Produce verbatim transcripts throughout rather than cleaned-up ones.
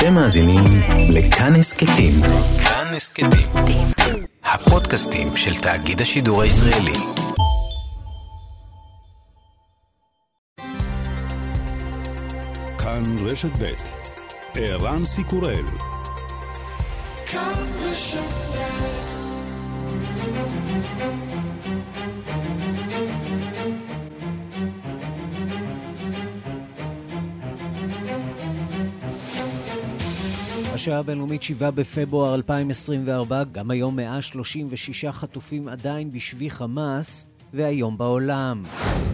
אתם מאזינים לכאן הסכתים. כאן הסכתים. הפודקאסטים של תאגיד השידור הישראלי. כאן רשת ב' ערן סיקורל. כאן רשת ב'. השעה הבינלאומית שבעה בפברואר אלפיים עשרים וארבע, גם היום מאה שלושים ושישה חטופים עדיין בשבי חמאס, והיום בעולם.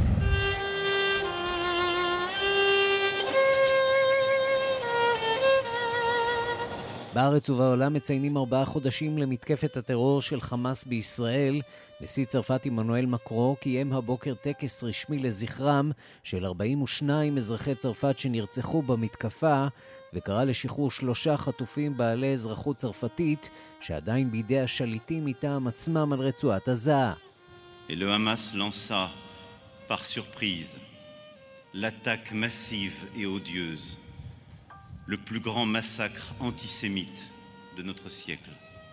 בארץ ובעולם מציינים ארבעה חודשים למתקפת הטרור של חמאס בישראל. נשיא צרפת עמנואל מקרון קיים הבוקר טקס רשמי לזכרם של ארבעים ושניים אזרחי צרפת שנרצחו במתקפה, וקרא לשחרור שלושה חטופים בעלי אזרחות צרפתית שעדיין בידי השליטים מטעם עצמם על רצועת עזה. Et le Hamas lança par surprise l'attaque massive et odieuse, le plus grand massacre antisémite de notre siècle.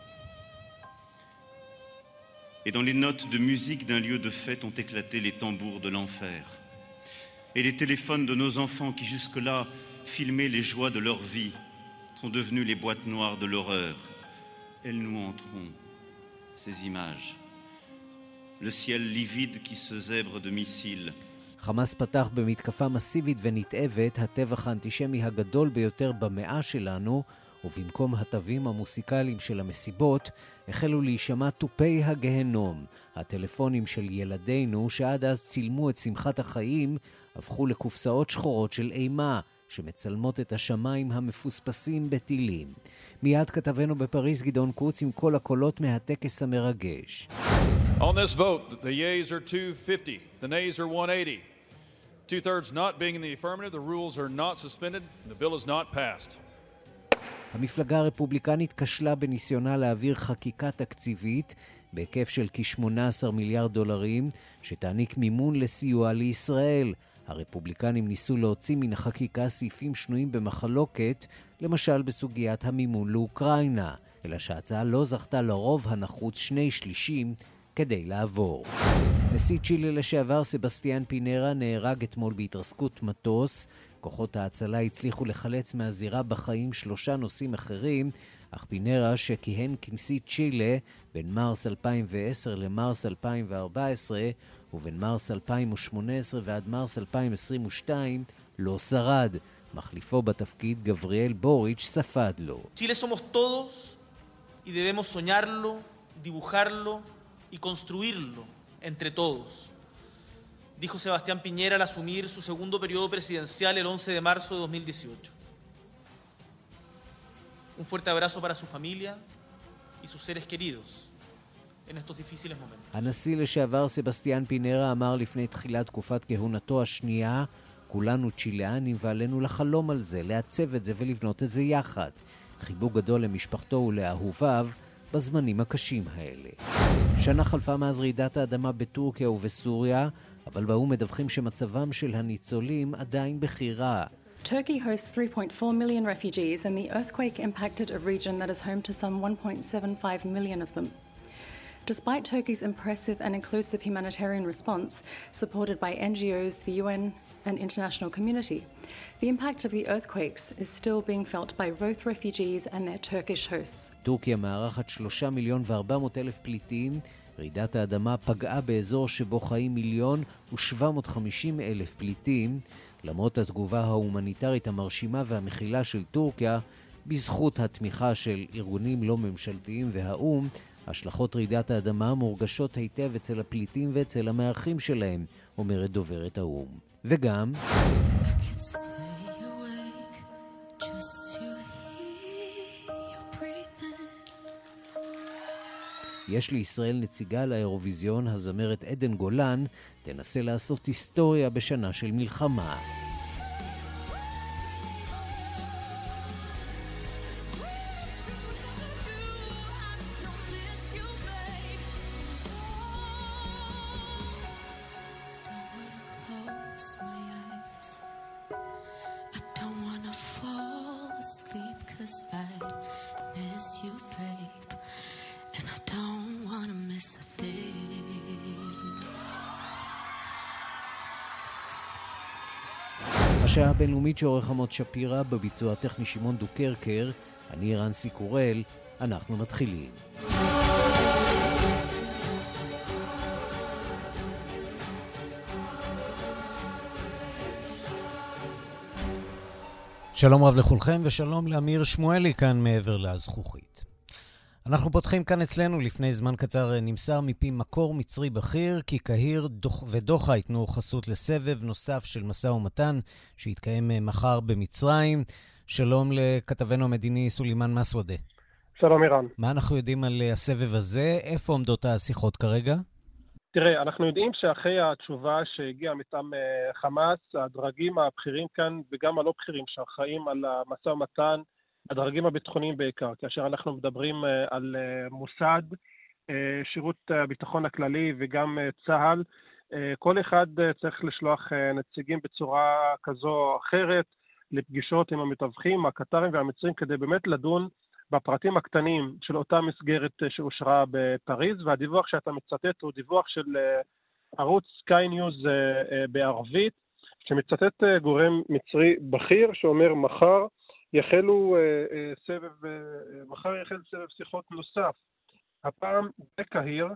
Et dans les notes de musique d'un lieu de fête ont éclaté les tambours de l'enfer. Et les téléphones de nos enfants qui jusque-là filmaient les joies de leur vie sont devenus les boîtes noires de l'horreur. Elles nous montreront ces images. Le ciel livide qui se zèbre de missiles. חמאס פתח במתקפה מסיבית ונתאבת, הטבח האנטישמי הגדול ביותר במאה שלנו, ובמקום התווים המוסיקליים של המסיבות, החלו להישמע טופי הגהנום. הטלפונים של ילדינו, שעד אז צילמו את שמחת החיים, הפכו לקופסאות שחורות של אימה, שמצלמות את השמיים המפוספסים בטילים. מיד כתבנו בפריז גדעון קוץ עם כל הקולות מהטקס המרגש. On this vote, the yeas are two fifty, the nays are one eighty. Two-thirds not being in the affirmative, the rules are not suspended, and the bill is not passed. המפלגה הרפובליקנית כשלה בניסיונה להעביר חקיקה תקציבית בהיקף של כ-שמונה עשר מיליארד דולרים, שתעניק מימון לסיוע לישראל. הרפובליקנים ניסו להוציא מן החקיקה סעיפים שנויים במחלוקת, למשל בסוגיית המימון לאוקראינה, אלא שההצעה לא זכתה לרוב הנחוץ שני שלישים כדי לעבור. נשיא צ'ילה לשעבר סבסטיאן פינרה נהרג אתמול בהתרסקות מטוס. כוחות ההצלה הצליחו לחלץ מהזירה בחיים שלושה נוסעים אחרים, אך פינרה שכיהן כנשיא צ'ילה בין מרס אלפיים ועשר למרס אלפיים וארבע עשרה ובין מרס אלפיים ושמונה עשרה ועד מרס אלפיים עשרים ושתיים לא שרד. מחליפו בתפקיד גבריאל בוריץ' ספד לו. Chile somos todos y debemos soñarlo, dibujarlo y construirlo entre todos, dijo Sebastián Piñera al asumir su segundo periodo presidencial el once de marzo de dos mil dieciocho. Un fuerte abrazo para su familia y sus seres queridos en estos difíciles momentos. הנשיא לשעבר סבסטיאן פינרה אמר לפני תחילת תקופת כהונתו השנייה, כולנו צ'יליאנים ועלינו לחלום על זה, לעצב את זה ולבנות את זה יחד. חיבוק גדול למשפחתו ולאהוביו בזמנים הקשים האלה. שנה חלפה מאז רעידת האדמה בטורקיה ובסוריה, אבל באו מדווחים שמצבם של הניצולים עדיין בכי רע. Turkey hosts three point four million refugees, and the earthquake impacted a region that is home to some one point seven five million of them. Despite Turkey's impressive and inclusive humanitarian response, supported by N G Os, the U N, and international community, the impact of the earthquakes is still being felt by both refugees and their Turkish hosts. טורקיה מארחת שלושה מיליון וארבע מאות אלף פליטים. רעידת האדמה פגעה באזור שבו חיים מיליון ושבע מאות וחמישים אלף פליטים. למרות התגובה ההומניטרית המרשימה והמכילה של טורקיה, בזכות התמיכה של ארגונים לא ממשלתיים והאום, השלכות רעידת האדמה מורגשות היטב אצל הפליטים ואצל המארחים שלהם, אומרת דוברת האום. וגם יש לישראל נציגה לאירוויזיון, הזמרת עדן גולן תנסה לעשות היסטוריה בשנה של מלחמה. I don't wanna fall asleep. השעה הבינלאומית שעורך עמוד שפירא, בביצוע טכני שמעון דוקרקר. אני רנסי קורל, אנחנו מתחילים. שלום רב לכולכם ושלום לאמיר שמואלי כאן מעבר לזכוכית. אנחנו פותחים כאן אצלנו. לפני זמן קצר נמסר מפי מקור מצרי בכיר כי קהיר ודוחה ייתנו חסות לסבב נוסף של משא ומתן שיתקיים מחר במצרים. שלום לכתבנו המדיני סולימן מסוודה. שלום אירן. מה אנחנו יודעים על הסבב הזה? איפה עומדות השיחות כרגע? תראה, אנחנו יודעים שאחרי התשובה שהגיעה מטעם חמאס, הדרגים הבכירים כאן וגם הלא בכירים שאחראים על המשא ומתן, הדרגים הביטחוניים בעיקר, כאשר אנחנו מדברים על מוסד, שירות הביטחון הכללי וגם צה"ל, כל אחד צריך לשלוח נציגים בצורה כזו או אחרת לפגישות עם המתווכים, הקטרים והמצרים, כדי באמת לדון בפרטים הקטנים של אותה מסגרת שאושרה בפריז, והדיווח שאתה מצטט הוא דיווח של ערוץ סקיי ניוז בערבית, שמצטט גורם מצרי בכיר שאומר מחר יחלו סבב, מחר יחל סבב שיחות נוסף, הפעם בקהיר,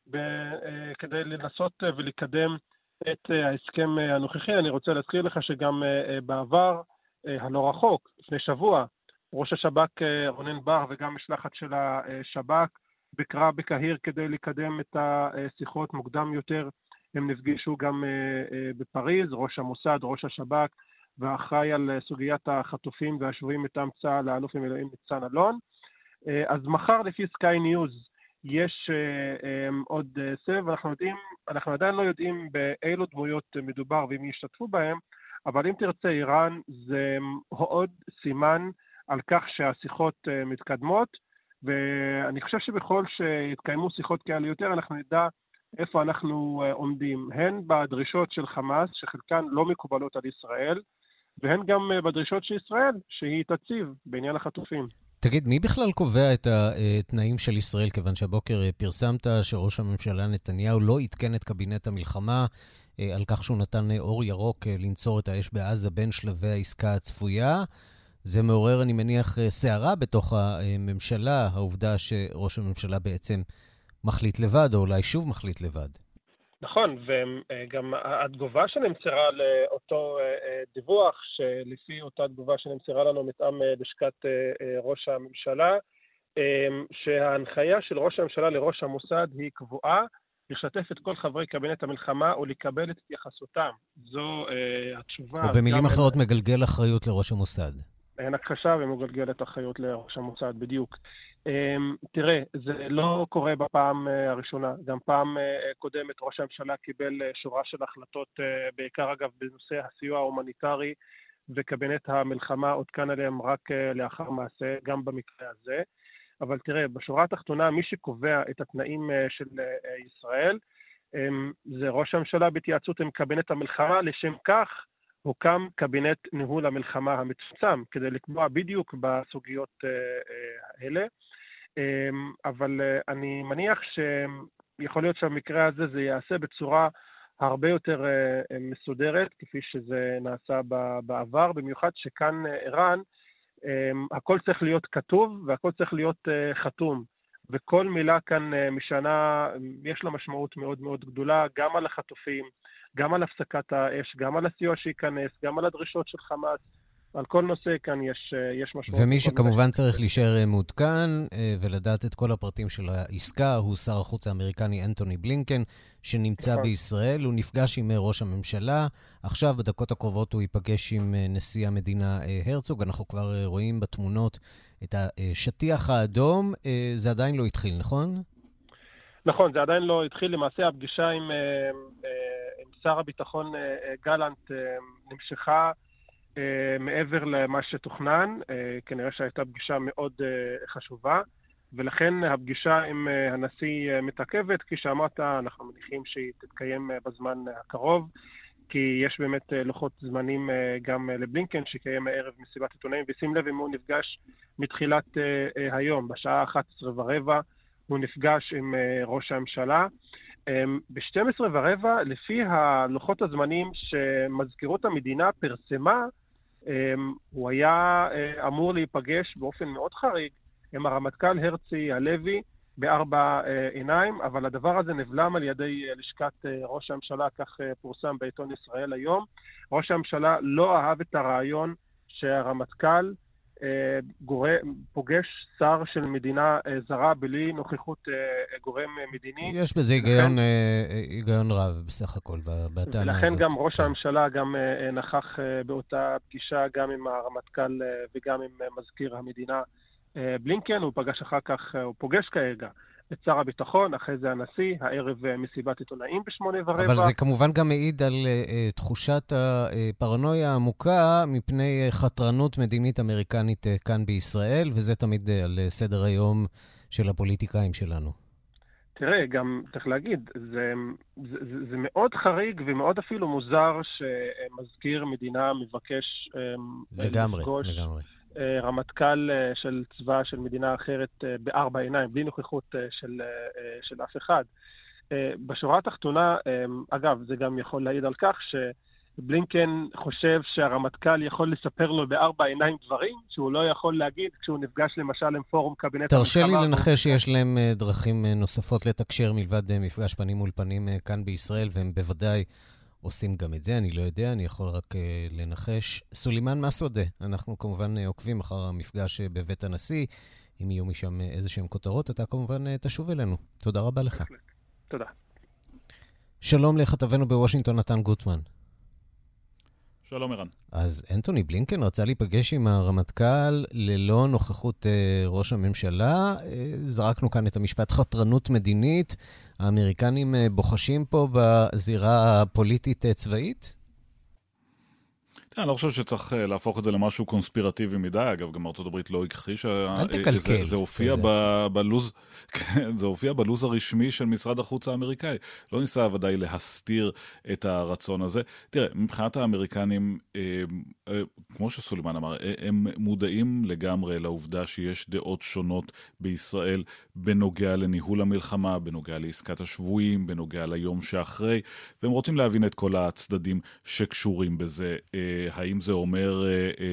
כדי לנסות ולקדם את ההסכם הנוכחי. אני רוצה להזכיר לך שגם בעבר הלא רחוק, לפני שבוע, ראש השב"כ רונן בר וגם משלחת של השב"כ בקרה בקהיר כדי לקדם את השיחות מוקדם יותר. הם נפגשו גם בפריז, ראש המוסד, ראש השב"כ, ואחראי על סוגיית החטופים והשבויים מטעם צה"ל, האלוף במילואים ניצן אלון. אז מחר לפי סקיי ניוז יש עוד סבב, אנחנו יודעים, אנחנו עדיין לא יודעים באילו דמויות מדובר ואם ישתתפו בהם, אבל אם תרצה איראן זה עוד סימן על כך שהשיחות מתקדמות, ואני חושב שבכל שיתקיימו שיחות כאלה יותר, אנחנו נדע איפה אנחנו עומדים, הן בדרישות של חמאס, שחלקן לא מקובלות על ישראל, והן גם בדרישות של ישראל, שהיא תציב בעניין החטופים. תגיד, מי בכלל קובע את התנאים של ישראל, כיוון שהבוקר פרסמת שראש הממשלה נתניהו לא עדכן את קבינט המלחמה, על כך שהוא נתן אור ירוק לנצור את האש בעזה בין שלבי העסקה הצפויה. זה מעורר, אני מניח, שערה בתוך הממשלה, העובדה שראש הממשלה בעצם מחליט לבד, או אולי שוב מחליט לבד. נכון, וגם התגובה שנמסרה לאותו דיווח, שלפי אותה תגובה שנמסרה לנו מטעם לשכת ראש הממשלה, שההנחיה של ראש הממשלה לראש המוסד היא קבועה, לשתף את כל חברי קבינט המלחמה ולקבל את התייחסותם. זו התשובה. או במילים אחרות מגלגל אחריות לראש המוסד. אין הכחשה ומגלגלת אחריות לראש המוסד, בדיוק. תראה, זה לא קורה בפעם הראשונה. גם פעם קודמת ראש הממשלה קיבל שורה של החלטות, בעיקר אגב בנושא הסיוע ההומניטרי, וקבינט המלחמה עודכן עליהם רק לאחר מעשה, גם במקרה הזה. אבל תראה, בשורה התחתונה, מי שקובע את התנאים של ישראל, זה ראש הממשלה בהתייעצות עם קבינט המלחמה. לשם כך הוקם קבינט ניהול המלחמה המצומצם, כדי לקבוע בדיוק בסוגיות האלה. אבל אני מניח שיכול להיות שהמקרה הזה זה יעשה בצורה הרבה יותר מסודרת, כפי שזה נעשה בעבר, במיוחד שכאן איראן, הכל צריך להיות כתוב והכל צריך להיות חתום. וכל מילה כאן משנה יש לה משמעות מאוד מאוד גדולה, גם על החטופים, גם על הפסקת האש, גם על הסיוע שייכנס, גם על הדרישות של חמאס. על כל נושא כאן יש, יש משמעות. ומי שכמובן צריך להישאר מעודכן ולדעת את כל הפרטים של העסקה, הוא שר החוץ האמריקני אנטוני בלינקן, שנמצא נכון. בישראל. הוא נפגש עם ראש הממשלה. עכשיו בדקות הקרובות הוא ייפגש עם נשיא המדינה הרצוג. אנחנו כבר רואים בתמונות את השטיח האדום. זה עדיין לא התחיל, נכון? נכון, זה עדיין לא התחיל. למעשה הפגישה עם, עם שר הביטחון גלנט נמשכה מעבר למה שתוכנן. כנראה שהייתה פגישה מאוד חשובה, ולכן הפגישה עם הנשיא מתעכבת. כפי שאמרת, אנחנו מניחים שהיא תתקיים בזמן הקרוב, כי יש באמת לוחות זמנים גם לבלינקן, שקיים הערב מסיבת עיתונאים, ושים לב אם הוא נפגש מתחילת היום, בשעה אחת עשרה ורבע, הוא נפגש עם ראש הממשלה. ב-שתים עשרה ורבע, לפי הלוחות הזמנים שמזכירות המדינה פרסמה, הוא היה אמור להיפגש באופן מאוד חריג עם הרמטכ"ל הרצי הלוי בארבע עיניים, אבל הדבר הזה נבלם על ידי לשכת ראש הממשלה, כך פורסם בעיתון ישראל היום. ראש הממשלה לא אהב את הרעיון שהרמטכ"ל פוגש שר של מדינה זרה בלי נוכחות גורם מדיני. יש בזה היגיון, היגיון רב בסך הכל בטענה הזאת. ולכן גם ראש הממשלה גם נכח באותה פגישה גם עם הרמטכ"ל וגם עם מזכיר המדינה בלינקן. הוא פגש אחר כך, הוא פוגש כרגע את שר הביטחון, אחרי זה הנשיא, הערב מסיבת עיתונאים בשמונה ורבע. אבל זה כמובן גם מעיד על uh, תחושת הפרנויה העמוקה מפני חתרנות מדינית אמריקנית uh, כאן בישראל, וזה תמיד uh, על סדר היום של הפוליטיקאים שלנו. תראה, גם צריך להגיד, זה, זה, זה, זה מאוד חריג ומאוד אפילו מוזר שמזכיר מדינה מבקש לגמרי, לפגוש לגמרי. רמטכ"ל של צבא של מדינה אחרת בארבע עיניים, בלי נוכחות של, של אף אחד. בשורה התחתונה, אגב, זה גם יכול להעיד על כך שבלינקן חושב שהרמטכ"ל יכול לספר לו בארבע עיניים דברים שהוא לא יכול להגיד כשהוא נפגש למשל עם פורום קבינט. תרשה לי לנחש שיש להם דרכים נוספות לתקשר מלבד מפגש פנים מול פנים כאן בישראל, והם בוודאי עושים גם את זה, אני לא יודע, אני יכול רק uh, לנחש. סולימאן מסודה, אנחנו כמובן uh, עוקבים אחר המפגש uh, בבית הנשיא, אם יהיו משם uh, איזה שהם כותרות, אתה כמובן uh, תשוב אלינו. תודה רבה לך. תודה. שלום לכתבנו בוושינגטון, נתן גוטמן. שלום ערן. אז אנטוני בלינקן רצה להיפגש עם הרמטכ"ל ללא נוכחות uh, ראש הממשלה. Uh, זרקנו כאן את המשפט חתרנות מדינית. האמריקנים uh, בוחשים פה בזירה הפוליטית uh, צבאית? אני לא חושב שצריך להפוך את זה למשהו קונספירטיבי מדי, אגב, גם ארצות הברית לא הכחישה. אל תקלקל. זה, זה הופיע בלוז, זה הופיע בלוז הרשמי של משרד החוץ האמריקאי. לא ניסה ודאי להסתיר את הרצון הזה. תראה, מבחינת האמריקנים, כמו שסולימאן אמר, הם מודעים לגמרי לעובדה שיש דעות שונות בישראל בנוגע לניהול המלחמה, בנוגע לעסקת השבויים, בנוגע ליום שאחרי, והם רוצים להבין את כל הצדדים שקשורים בזה. האם זה אומר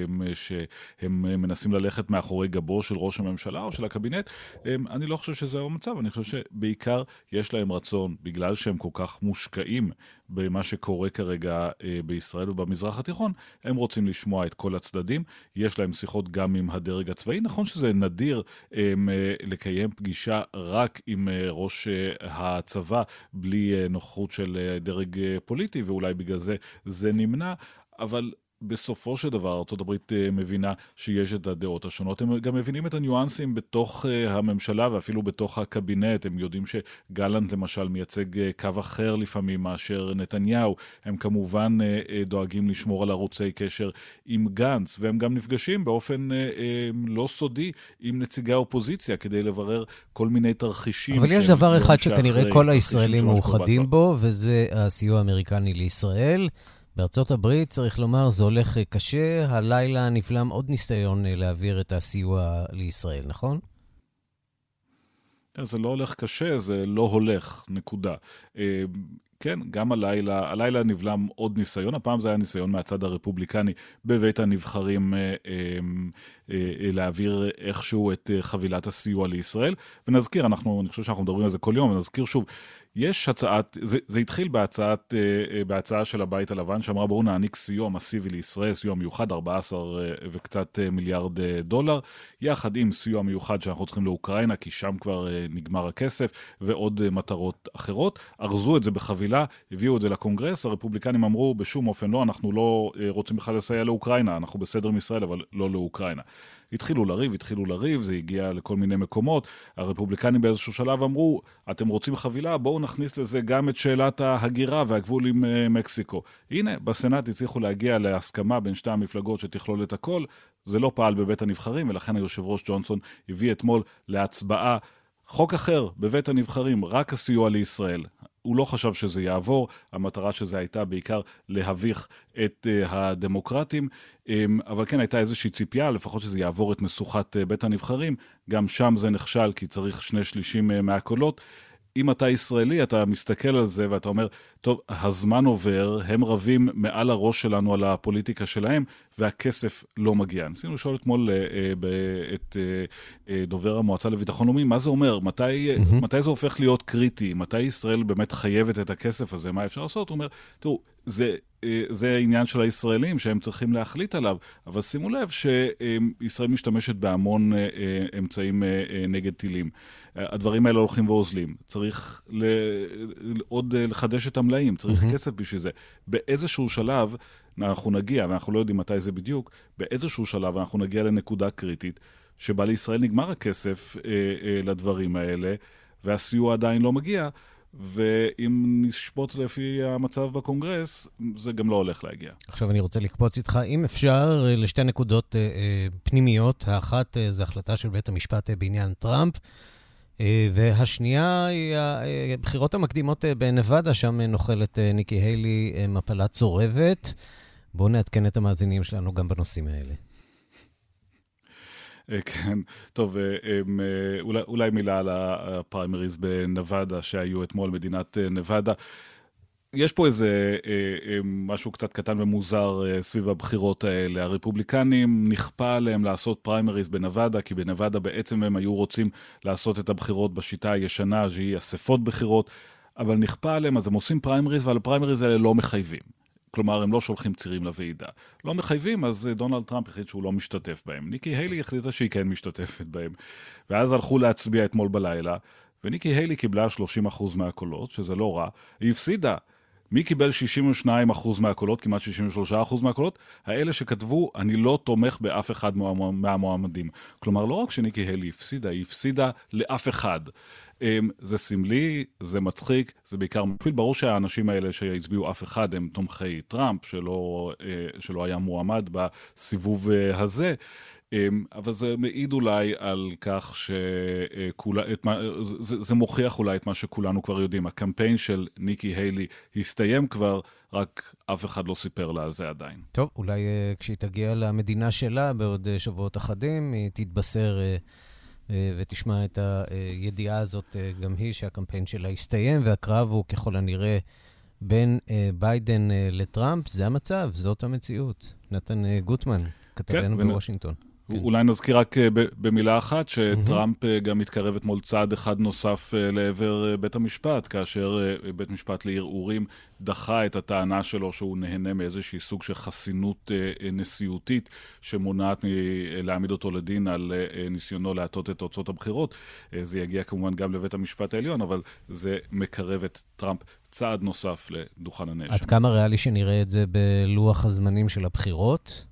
שהם מנסים ללכת מאחורי גבו של ראש הממשלה או של הקבינט? אני לא חושב שזה המצב, אני חושב שבעיקר יש להם רצון, בגלל שהם כל כך מושקעים במה שקורה כרגע בישראל ובמזרח התיכון, הם רוצים לשמוע את כל הצדדים, יש להם שיחות גם עם הדרג הצבאי. נכון שזה נדיר לקיים פגישה רק עם ראש הצבא, בלי נוכחות של דרג פוליטי, ואולי בגלל זה זה נמנע, אבל בסופו של דבר ארצות הברית מבינה שיש את הדעות השונות. הם גם מבינים את הניואנסים בתוך הממשלה ואפילו בתוך הקבינט. הם יודעים שגלנט למשל מייצג קו אחר לפעמים מאשר נתניהו. הם כמובן דואגים לשמור על ערוצי קשר עם גנץ, והם גם נפגשים באופן לא סודי עם נציגי האופוזיציה כדי לברר כל מיני תרחישים. אבל יש דבר אחד שכנראה כל הישראלים מאוחדים בו, וזה הסיוע האמריקני לישראל. בארצות הברית, צריך לומר, זה הולך קשה. הלילה נפלם עוד ניסיון להעביר את הסיוע לישראל, נכון? זה לא הולך קשה, זה לא הולך, נקודה. כן, גם הלילה, הלילה נבלם עוד ניסיון, הפעם זה היה ניסיון מהצד הרפובליקני בבית הנבחרים להעביר איכשהו את חבילת הסיוע לישראל. ונזכיר, אנחנו, אני חושב שאנחנו מדברים על זה כל יום, ונזכיר שוב, יש הצעת, זה, זה התחיל בהצעת, בהצעה של הבית הלבן, שאמרה בואו נעניק סיוע מסיבי לישראל, סיוע מיוחד, ארבעה עשר וקצת מיליארד דולר, יחד עם סיוע מיוחד שאנחנו צריכים לאוקראינה, כי שם כבר נגמר הכסף, ועוד מטרות אחרות. ארזו את זה בחבילה, הביאו את זה לקונגרס, הרפובליקנים אמרו בשום אופן לא, אנחנו לא רוצים בכלל לסייע לאוקראינה, אנחנו בסדר עם ישראל, אבל לא לאוקראינה. התחילו לריב, התחילו לריב, זה הגיע לכל מיני מקומות. הרפובליקנים באיזשהו שלב אמרו, אתם רוצים חבילה, בואו נכניס לזה גם את שאלת ההגירה והגבול עם מקסיקו. הנה, בסנאט הצליחו להגיע להסכמה בין שתי המפלגות שתכלול את הכל. זה לא פעל בבית הנבחרים, ולכן היושב ראש ג'ונסון הביא אתמול להצבעה חוק אחר בבית הנבחרים, רק הסיוע לישראל. הוא לא חשב שזה יעבור, המטרה שזה הייתה בעיקר להביך את uh, הדמוקרטים, um, אבל כן הייתה איזושהי ציפייה, לפחות שזה יעבור את משוכת uh, בית הנבחרים, גם שם זה נכשל כי צריך שני שלישים uh, מהקולות. אם אתה ישראלי, אתה מסתכל על זה ואתה אומר, טוב, הזמן עובר, הם רבים מעל הראש שלנו על הפוליטיקה שלהם, והכסף לא מגיע. ניסינו לשאול אתמול אה, ב- את אה, אה, דובר המועצה לביטחון לאומי, מה זה אומר? מתי, mm-hmm. מתי זה הופך להיות קריטי? מתי ישראל באמת חייבת את הכסף הזה? מה אפשר לעשות? הוא אומר, תראו, זה... זה העניין של הישראלים שהם צריכים להחליט עליו, אבל שימו לב שישראל משתמשת בהמון אמצעים נגד טילים. הדברים האלה הולכים ואוזלים. צריך עוד לחדש את המלאים, צריך mm-hmm. כסף בשביל זה. באיזשהו שלב אנחנו נגיע, ואנחנו לא יודעים מתי זה בדיוק, באיזשהו שלב אנחנו נגיע לנקודה קריטית, שבה לישראל נגמר הכסף לדברים האלה, והסיוע עדיין לא מגיע, ואם נשפוט לפי המצב בקונגרס, זה גם לא הולך להגיע. עכשיו אני רוצה לקפוץ איתך, אם אפשר, לשתי נקודות אה, אה, פנימיות. האחת אה, זה החלטה של בית המשפט אה, בעניין טראמפ, אה, והשנייה היא הבחירות המקדימות אה, בנבדה, שם אה, נוחלת אה, ניקי היילי אה, מפלה צורבת. בואו נעדכן את המאזינים שלנו גם בנושאים האלה. כן, טוב, אולי, אולי מילה על הפריימריז בנבדה שהיו אתמול, מדינת נבדה. יש פה איזה משהו קצת קטן ומוזר סביב הבחירות האלה. הרפובליקנים נכפה עליהם לעשות פריימריז בנבדה, כי בנבדה בעצם הם היו רוצים לעשות את הבחירות בשיטה הישנה, שהיא אספות בחירות, אבל נכפה עליהם, אז הם עושים פריימריז, ועל הפריימריז האלה לא מחייבים. כלומר, הם לא שולחים צירים לוועידה. לא מחייבים, אז דונלד טראמפ החליט שהוא לא משתתף בהם. ניקי היילי החליטה שהיא כן משתתפת בהם. ואז הלכו להצביע אתמול בלילה, וניקי היילי קיבלה שלושים אחוז מהקולות, שזה לא רע. היא הפסידה. מי קיבל שישים ושניים אחוז מהקולות, כמעט שישים ושלושה אחוז מהקולות? האלה שכתבו, אני לא תומך באף אחד מהמועמדים. כלומר, לא רק שניקי היילי הפסידה, היא הפסידה לאף אחד. זה סמלי, זה מצחיק, זה בעיקר מפיל. ברור שהאנשים האלה שהצביעו אף אחד הם תומכי טראמפ, שלא, שלא היה מועמד בסיבוב הזה, אבל זה מעיד אולי על כך שכולה, את מה, זה, זה מוכיח אולי את מה שכולנו כבר יודעים. הקמפיין של ניקי היילי הסתיים כבר, רק אף אחד לא סיפר לה על זה עדיין. טוב, אולי כשהיא תגיע למדינה שלה בעוד שבועות אחדים, היא תתבשר ותשמע את הידיעה הזאת גם היא, שהקמפיין שלה הסתיים, והקרב הוא ככל הנראה בין ביידן לטראמפ. זה המצב, זאת המציאות. נתן גוטמן, כתבנו כן, בוושינגטון. כן. אולי נזכיר רק במילה אחת, שטראמפ גם מתקרב אתמול צעד אחד נוסף לעבר בית המשפט, כאשר בית משפט לערעורים דחה את הטענה שלו שהוא נהנה מאיזושהי סוג של חסינות נשיאותית, שמונעת להעמיד אותו לדין על ניסיונו להטות את תוצאות הבחירות. זה יגיע כמובן גם לבית המשפט העליון, אבל זה מקרב את טראמפ צעד נוסף לדוכן הנאשם. עד כמה ריאלי שנראה את זה בלוח הזמנים של הבחירות?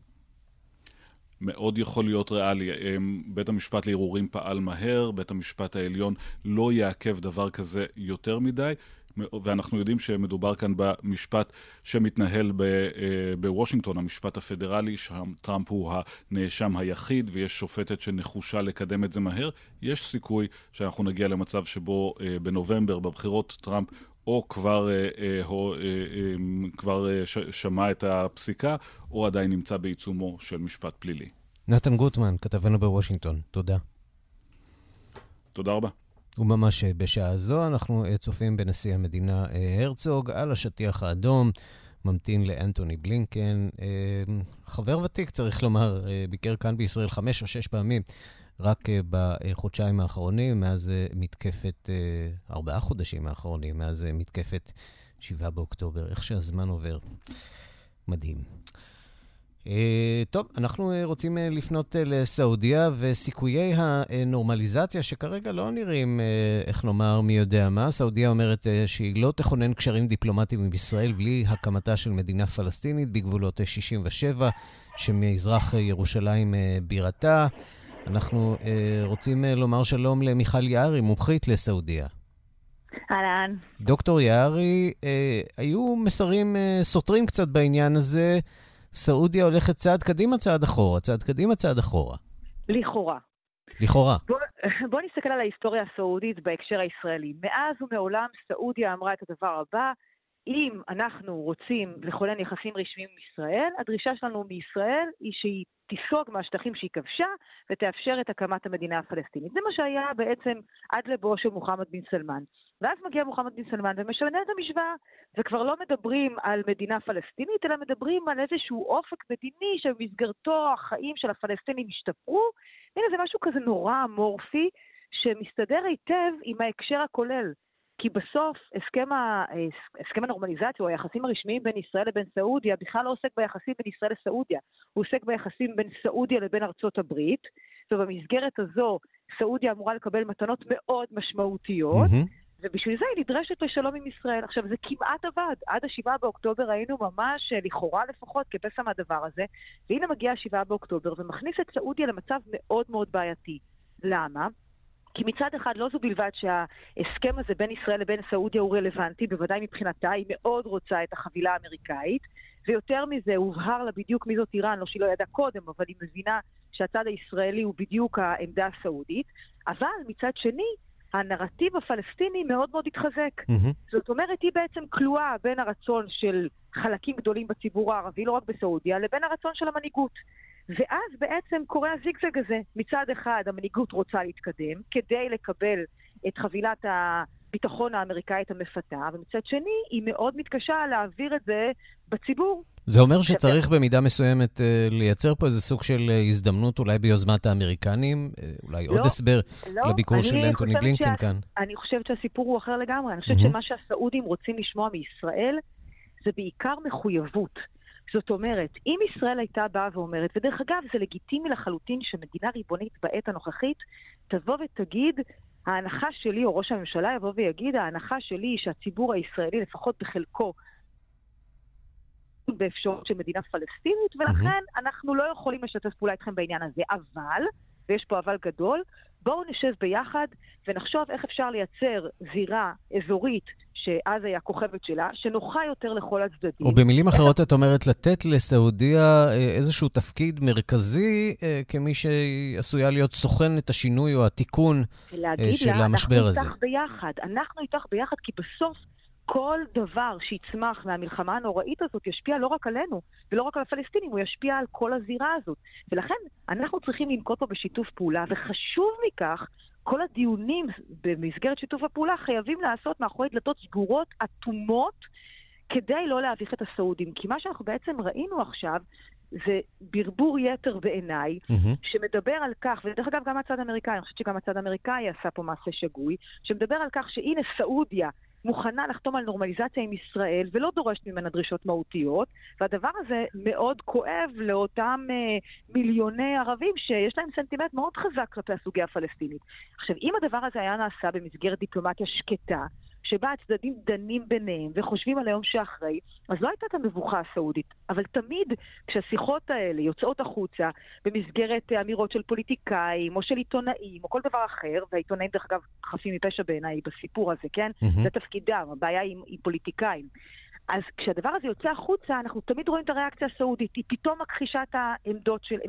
מאוד יכול להיות ריאלי. בית המשפט לערעורים פעל מהר, בית המשפט העליון לא יעכב דבר כזה יותר מדי, ואנחנו יודעים שמדובר כאן במשפט שמתנהל בוושינגטון, המשפט הפדרלי, שם טראמפ הוא הנאשם היחיד, ויש שופטת שנחושה לקדם את זה מהר. יש סיכוי שאנחנו נגיע למצב שבו בנובמבר, בבחירות, טראמפ או כבר, או, כבר שמע את הפסיקה, או עדיין נמצא בעיצומו של משפט פלילי. נתן גוטמן, כתבנו בוושינגטון. תודה. תודה רבה. וממש בשעה זו אנחנו צופים בנשיא המדינה הרצוג על השטיח האדום, ממתין לאנטוני בלינקן, חבר ותיק צריך לומר, ביקר כאן בישראל חמש או שש פעמים, רק בחודשיים האחרונים, מאז מתקפת, ארבעה חודשים האחרונים, מאז מתקפת שבעה באוקטובר. איך שהזמן עובר. מדהים. טוב, אנחנו רוצים לפנות לסעודיה, וסיכויי הנורמליזציה שכרגע לא נראים, איך נאמר, מי יודע מה. סעודיה אומרת שהיא לא תכונן קשרים דיפלומטיים עם ישראל בלי הקמתה של מדינה פלסטינית בגבולות שישים ושבע, שמזרח ירושלים בירתה. אנחנו אה, רוצים אה, לומר שלום למיכל יערי, מומחית לסעודיה. אהלן. דוקטור יערי, אה, היו מסרים אה, סותרים קצת בעניין הזה. סעודיה הולכת צעד קדימה, צעד אחורה, צעד קדימה, צעד אחורה. לכאורה. לכאורה. בוא, בוא נסתכל על ההיסטוריה הסעודית בהקשר הישראלי. מאז ומעולם סעודיה אמרה את הדבר הבא, אם אנחנו רוצים לכונן יחסים רשמיים עם ישראל, הדרישה שלנו מישראל היא שהיא תיסוג מהשטחים שהיא כבשה ותאפשר את הקמת המדינה הפלסטינית. זה מה שהיה בעצם עד לבוא של מוחמד בן סלמן. ואז מגיע מוחמד בן סלמן ומשנה את המשוואה, וכבר לא מדברים על מדינה פלסטינית, אלא מדברים על איזשהו אופק מדיני שבמסגרתו החיים של הפלסטינים השתפרו. הנה, זה משהו כזה נורא אמורפי, שמסתדר היטב עם ההקשר הכולל. כי בסוף הסכם, ה... הסכם הנורמליזציה, או היחסים הרשמיים בין ישראל לבין סעודיה, בכלל לא עוסק ביחסים בין ישראל לסעודיה. הוא עוסק ביחסים בין סעודיה לבין ארצות הברית, ובמסגרת הזו סעודיה אמורה לקבל מתנות מאוד משמעותיות, mm-hmm. ובשביל זה היא נדרשת לשלום עם ישראל. עכשיו, זה כמעט עבד. עד השבעה באוקטובר היינו ממש, לכאורה לפחות, כפסע מהדבר הזה, והנה מגיע השבעה באוקטובר, ומכניס את סעודיה למצב מאוד מאוד בעייתי. למה? כי מצד אחד לא זו בלבד שההסכם הזה בין ישראל לבין סעודיה הוא רלוונטי, בוודאי מבחינתה, היא מאוד רוצה את החבילה האמריקאית, ויותר מזה הובהר לה בדיוק מי זאת איראן, לא שהיא לא ידעה קודם, אבל היא מבינה שהצד הישראלי הוא בדיוק העמדה הסעודית, אבל מצד שני, הנרטיב הפלסטיני מאוד מאוד התחזק. Mm-hmm. זאת אומרת, היא בעצם כלואה בין הרצון של חלקים גדולים בציבור הערבי, לא רק בסעודיה, לבין הרצון של המנהיגות. ואז בעצם קורה הזיגזג הזה. מצד אחד, המנהיגות רוצה להתקדם כדי לקבל את חבילת הביטחון האמריקאית המפתה, ומצד שני, היא מאוד מתקשה להעביר את זה בציבור. זה אומר שצריך במידה מסוימת לייצר פה איזה סוג של הזדמנות, אולי ביוזמת האמריקנים, אולי עוד הסבר לביקור של אנטוני בלינקן כאן. אני חושבת שהסיפור הוא אחר לגמרי. אני חושבת שמה שהסעודים רוצים לשמוע מישראל, זה בעיקר מחויבות. זאת אומרת, אם ישראל הייתה באה ואומרת, ודרך אגב זה לגיטימי לחלוטין שמדינה ריבונית בעת הנוכחית, תבוא ותגיד, ההנחה שלי, או ראש הממשלה יבוא ויגיד, ההנחה שלי היא שהציבור הישראלי, לפחות בחלקו, באפשרות של מדינה פלסטינית, ולכן אנחנו לא יכולים לשתף פעולה איתכם בעניין הזה. אבל, ויש פה אבל גדול, בואו נשב ביחד ונחשוב איך אפשר לייצר זירה אזורית שאז היה כוכבת שלה, שנוחה יותר לכל הצדדים. או במילים אחרות את אומרת לתת לסעודיה איזשהו תפקיד מרכזי כמי שעשויה להיות סוכן את השינוי או התיקון של המשבר הזה. אנחנו איתך ביחד, אנחנו איתך ביחד כי בסוף כל דבר שיצמח מהמלחמה הנוראית הזאת ישפיע לא רק עלינו, ולא רק על הפלסטינים, הוא ישפיע על כל הזירה הזאת. ולכן אנחנו צריכים לנקוט פה בשיתוף פעולה, וחשוב מכך, כל הדיונים במסגרת שיתוף הפעולה חייבים לעשות מאחורי דלתות סגורות, אטומות, כדי לא להביך את הסעודים. כי מה שאנחנו בעצם ראינו עכשיו, זה ברבור יתר בעיניי, mm-hmm. שמדבר על כך, ודרך אגב גם הצד האמריקאי, אני חושבת שגם הצד האמריקאי עשה פה מעשה שגוי, שמדבר על כך שהנה סעודיה מוכנה לחתום על נורמליזציה עם ישראל, ולא דורשת ממנה דרישות מהותיות, והדבר הזה מאוד כואב לאותם אה, מיליוני ערבים שיש להם סנטימנט מאוד חזק כלפי הסוגיה הפלסטינית. עכשיו, אם הדבר הזה היה נעשה במסגרת דיפלומטיה שקטה, שבה הצדדים דנים ביניהם וחושבים על היום שאחרי, אז לא הייתה את המבוכה הסעודית. אבל תמיד כשהשיחות האלה יוצאות החוצה במסגרת אמירות של פוליטיקאים או של עיתונאים או כל דבר אחר, והעיתונאים דרך אגב חפים מפשע בעיניי בסיפור הזה, כן? Mm-hmm. זה תפקידם, הבעיה היא עם פוליטיקאים. אז כשהדבר הזה יוצא החוצה, אנחנו תמיד רואים את הריאקציה הסעודית. היא פתאום מכחישה את העמדות של,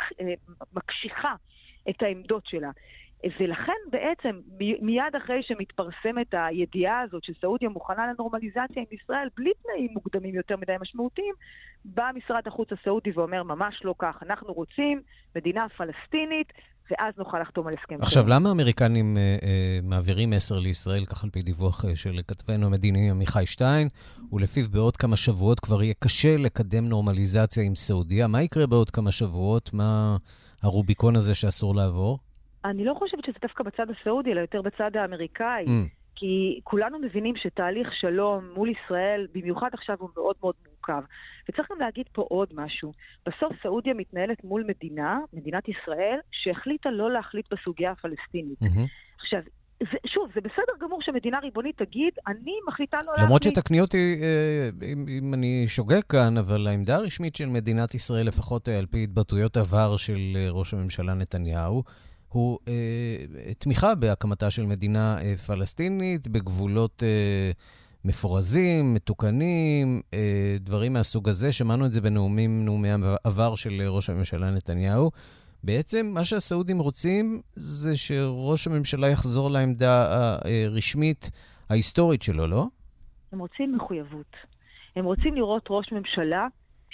מקשיחה את העמדות שלה. ולכן בעצם מיד אחרי שמתפרסמת הידיעה הזאת שסעודיה מוכנה לנורמליזציה עם ישראל בלי תנאים מוקדמים יותר מדי משמעותיים, בא משרד החוץ הסעודי ואומר ממש לא כך, אנחנו רוצים מדינה פלסטינית ואז נוכל לחתום על הסכם. עכשיו, למה האמריקנים אה, אה, מעבירים מסר לישראל, כך על פי דיווח אה, של כתבנו המדיני עמיחי שטיין, ולפיו בעוד כמה שבועות כבר יהיה קשה לקדם נורמליזציה עם סעודיה? מה יקרה בעוד כמה שבועות? מה הרוביקון הזה שאסור לעבור? אני לא חושבת שזה דווקא בצד הסעודי, אלא יותר בצד האמריקאי. Mm. כי כולנו מבינים שתהליך שלום מול ישראל, במיוחד עכשיו הוא מאוד מאוד מורכב. וצריך גם להגיד פה עוד משהו. בסוף סעודיה מתנהלת מול מדינה, מדינת ישראל, שהחליטה לא להחליט בסוגיה הפלסטינית. Mm-hmm. עכשיו, זה, שוב, זה בסדר גמור שמדינה ריבונית תגיד, אני מחליטה לא להחליט. למרות שתקני אותי, אם, אם אני שוגג כאן, אבל העמדה הרשמית של מדינת ישראל, לפחות על פי התבטאויות עבר של ראש הממשלה נתניהו, הוא אה, תמיכה בהקמתה של מדינה אה, פלסטינית, בגבולות אה, מפורזים, מתוקנים, אה, דברים מהסוג הזה. שמענו את זה בנאומים, נאומי עבר של ראש הממשלה נתניהו. בעצם מה שהסעודים רוצים זה שראש הממשלה יחזור לעמדה הרשמית ההיסטורית שלו, לא? הם רוצים מחויבות. הם רוצים לראות ראש ממשלה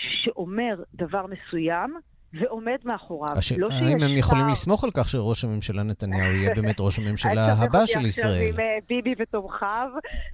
שאומר דבר מסוים, ועומד מאחוריו. הש... לא האם הם יכולים שר... לסמוך על כך שראש הממשלה נתניהו יהיה באמת ראש הממשלה הבא של ישראל? עם ביבי ותומכיו,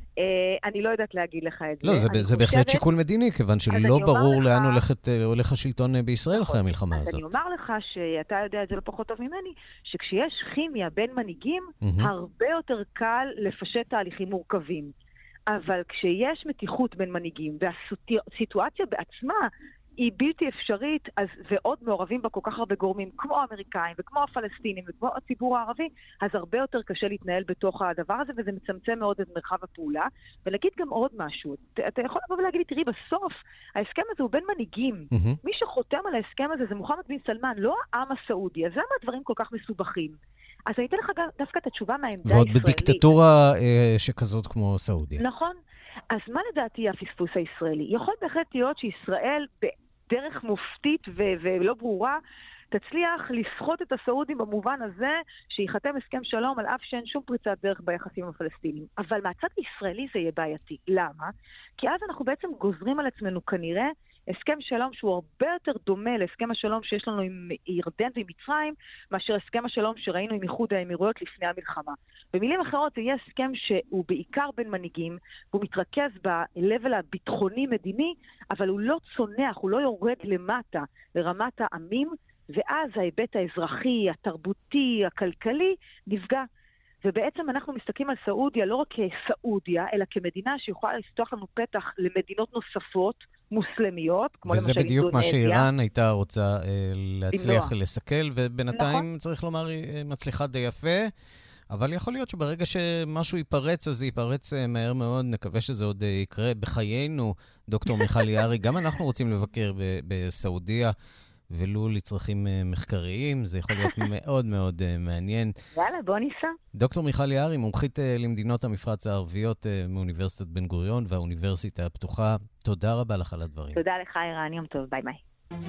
אני לא יודעת להגיד לך את זה. לא, זה, זה חושבת... בהחלט שיקול מדיני, כיוון שלא ברור לך... לאן הולכת, הולך השלטון בישראל אחרי המלחמה אז הזאת. אני אומר לך שאתה יודע את זה לא פחות טוב ממני, שכשיש כימיה בין מנהיגים, mm-hmm. הרבה יותר קל לפשט תהליכים מורכבים. אבל כשיש מתיחות בין מנהיגים, והסיטואציה בעצמה היא בלתי אפשרית, אז, ועוד מעורבים בה כל כך הרבה גורמים, כמו האמריקאים וכמו הפלסטינים וכמו הציבור הערבי, אז הרבה יותר קשה להתנהל בתוך הדבר הזה, וזה מצמצם מאוד את מרחב הפעולה. ולהגיד גם עוד משהו, אתה, אתה יכול לבוא ולהגיד לי, תראי, בסוף, ההסכם הזה הוא בין מנהיגים. Mm-hmm. מי שחותם על ההסכם הזה זה מוחמד בן סלמן, לא העם הסעודי. אז למה הדברים כל כך מסובכים? אז אני אתן לך דווקא את התשובה מהעמדה הישראלית. ועוד בדיקטטורה אה, שכזאת כמו סעודיה. נכון. אז מה לדעתי הפספוס הישראלי? יכול בהחלט להיות שישראל בדרך מופתית ו- ולא ברורה תצליח לסחוט את הסעודים במובן הזה שיחתם הסכם שלום על אף שאין שום פריצת דרך ביחסים הפלסטינים. אבל מהצד הישראלי זה יהיה בעייתי. למה? כי אז אנחנו בעצם גוזרים על עצמנו כנראה הסכם שלום שהוא הרבה יותר דומה להסכם השלום שיש לנו עם ירדן ועם מצרים, מאשר הסכם השלום שראינו עם איחוד האמירויות לפני המלחמה. במילים אחרות, זה יהיה הסכם שהוא בעיקר בין מנהיגים, והוא מתרכז ב-level הביטחוני-מדיני, אבל הוא לא צונח, הוא לא יורד למטה, לרמת העמים, ואז ההיבט האזרחי, התרבותי, הכלכלי, נפגע. ובעצם אנחנו מסתכלים על סעודיה לא רק כסעודיה, אלא כמדינה שיכולה לפתוח לנו פתח למדינות נוספות, מוסלמיות, כמו למשל אינדונזיה. וזה בדיוק מה שאיראן הייתה רוצה אה, להצליח במנוע. לסכל, ובינתיים נכון. צריך לומר, היא מצליחה די יפה, אבל יכול להיות שברגע שמשהו ייפרץ, אז זה ייפרץ מהר מאוד, נקווה שזה עוד יקרה בחיינו, דוקטור מיכל יערי, גם אנחנו רוצים לבקר ב- בסעודיה, ולו לצרכים מחקריים, זה יכול להיות מאוד מאוד מעניין. יאללה, בוא ניסע. דוקטור מיכל יערי, מומחית למדינות המפרץ הערביות מאוניברסיטת בן גוריון והאוניברסיטה הפתוחה. תודה רבה לך על הדברים. תודה לך, ערן, יום טוב, ביי ביי.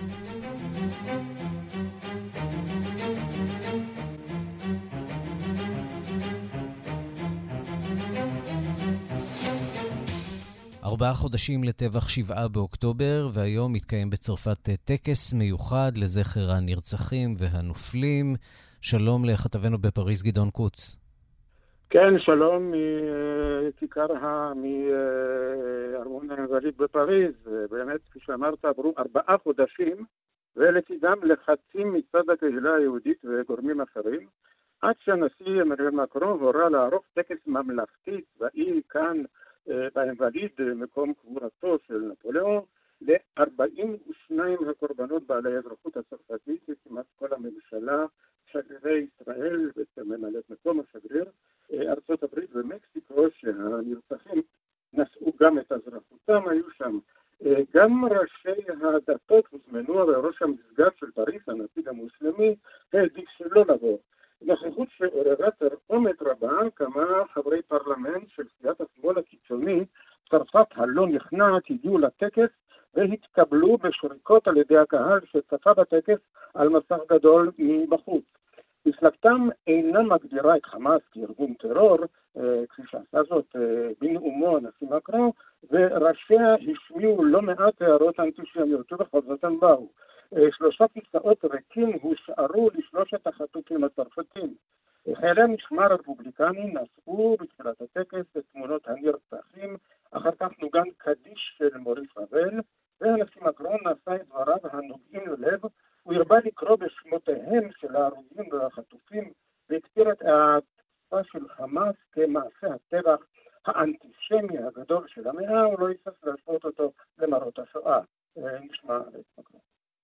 ארבעה חודשים לטבח שבעה באוקטובר, והיום מתקיים בצרפת טקס מיוחד לזכר הנרצחים והנופלים. שלום לכתבנו בפריז, גדעון קוץ. כן, שלום מכיכר מארמון האינוולד בפריז. באמת, כפי שאמרת, עברו ארבעה חודשים, ולצידם לחצים מצד הקהילה היהודית וגורמים אחרים, עד שהנשיא אמנואל מקרון הורה לערוך טקס ממלכתי צבאי כאן, באינוולד, מקום קבורתו של נפוליאון, ל-ארבעים ושניים הקורבנות בעלי האזרחות הצרפתית, וכמעט כל הממשלה, שגרירי ישראל, וממלאת מקום השגריר, ארצות הברית ומקסיקו, שהנרצחים נשאו גם את אזרחותם, היו שם. גם ראשי הדתות הוזמנו, וראש המסגד של פריז, הנציג המוסלמי, העדיף שלא לבוא. נוכחות שעוררה תרעומת רבה, כמה חברי פרלמנט של סיעת השמאל הקיצוני, צרפת הלא נכנעת, הגיעו לטקס והתקבלו בשריקות על ידי הקהל שצפה בטקס על מסך גדול מבחוץ. מפלגתם אינה מגדירה את חמאס כארגון טרור, כפי שעשה זאת בנאומו הנשיא מקרון, וראשיה השמיעו לא מעט הערות אנטישמיות, ובכל זאת הם באו. שלושה כיסאות ריקים הושארו לשלושת החטופים הצרפתים. חיילי המשמר הרפובליקני נשאו בתחילת הטקס את תמונות הנרצחים, אחר כך נוגן קדיש של מוריס רבל, והנשיא מקרון נשא את דבריו הנוגעים ללב, הוא הרבה לקרוא בשמותיהם של ההרוגים והחטופים, והקטיר את התקופה של חמאס כמעשה הטבח האנטישמי הגדול של המאה, הוא לא יצטרך להשוות אותו למראות השואה. נשמע את מקרון.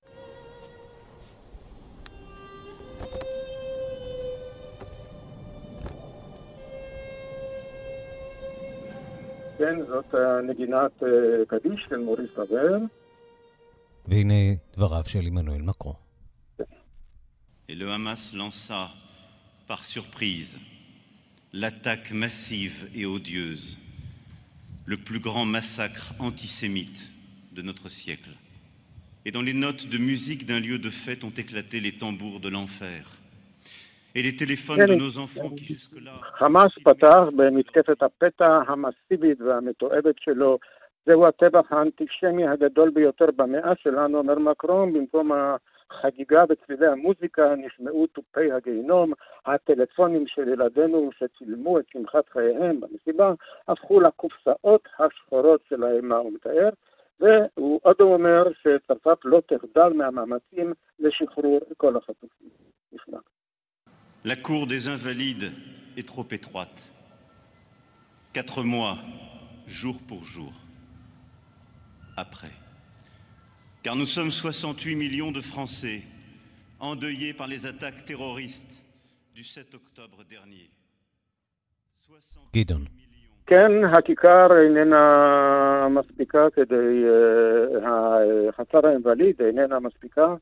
כן, זאת נגינת קדיש של מוריס רבל. והנה דבריו של עמנואל מקרון. Et le Hamas lança par surprise l'attaque massive et odieuse, le plus grand massacre antisémite de notre siècle. Et dans les notes de musique d'un lieu de fête ont éclaté les tambours de l'enfer. et les téléphones de nos enfants qui jusque-là... חמאס פתח במתקפת הפתע המסיבית והמתועבת שלו. זהו הטבח האנטישמי הגדול ביותר במאה שלנו, אומר מקרון. במקום החגיגה וצלילי המוזיקה נשמעו תופי הגיהינום. הטלפונים של ילדינו שצילמו את שמחת חייהם במסיבה הפכו לקופסאות השחורות של האימה, הוא מתאר. והוא עוד אומר שצרפת לא תחדל מהמאמצים לשחרור כל החטופים. נשמע. La cour des Invalides est trop étroite. Quatre mois, jour pour jour, après. Car nous sommes soixante-huit millions de Français endeuillés par les attaques terroristes du sept octobre dernier. גדעון. כן, הכיכר איננה מספיקה כדי, החצר האינווליד איננה מספיקה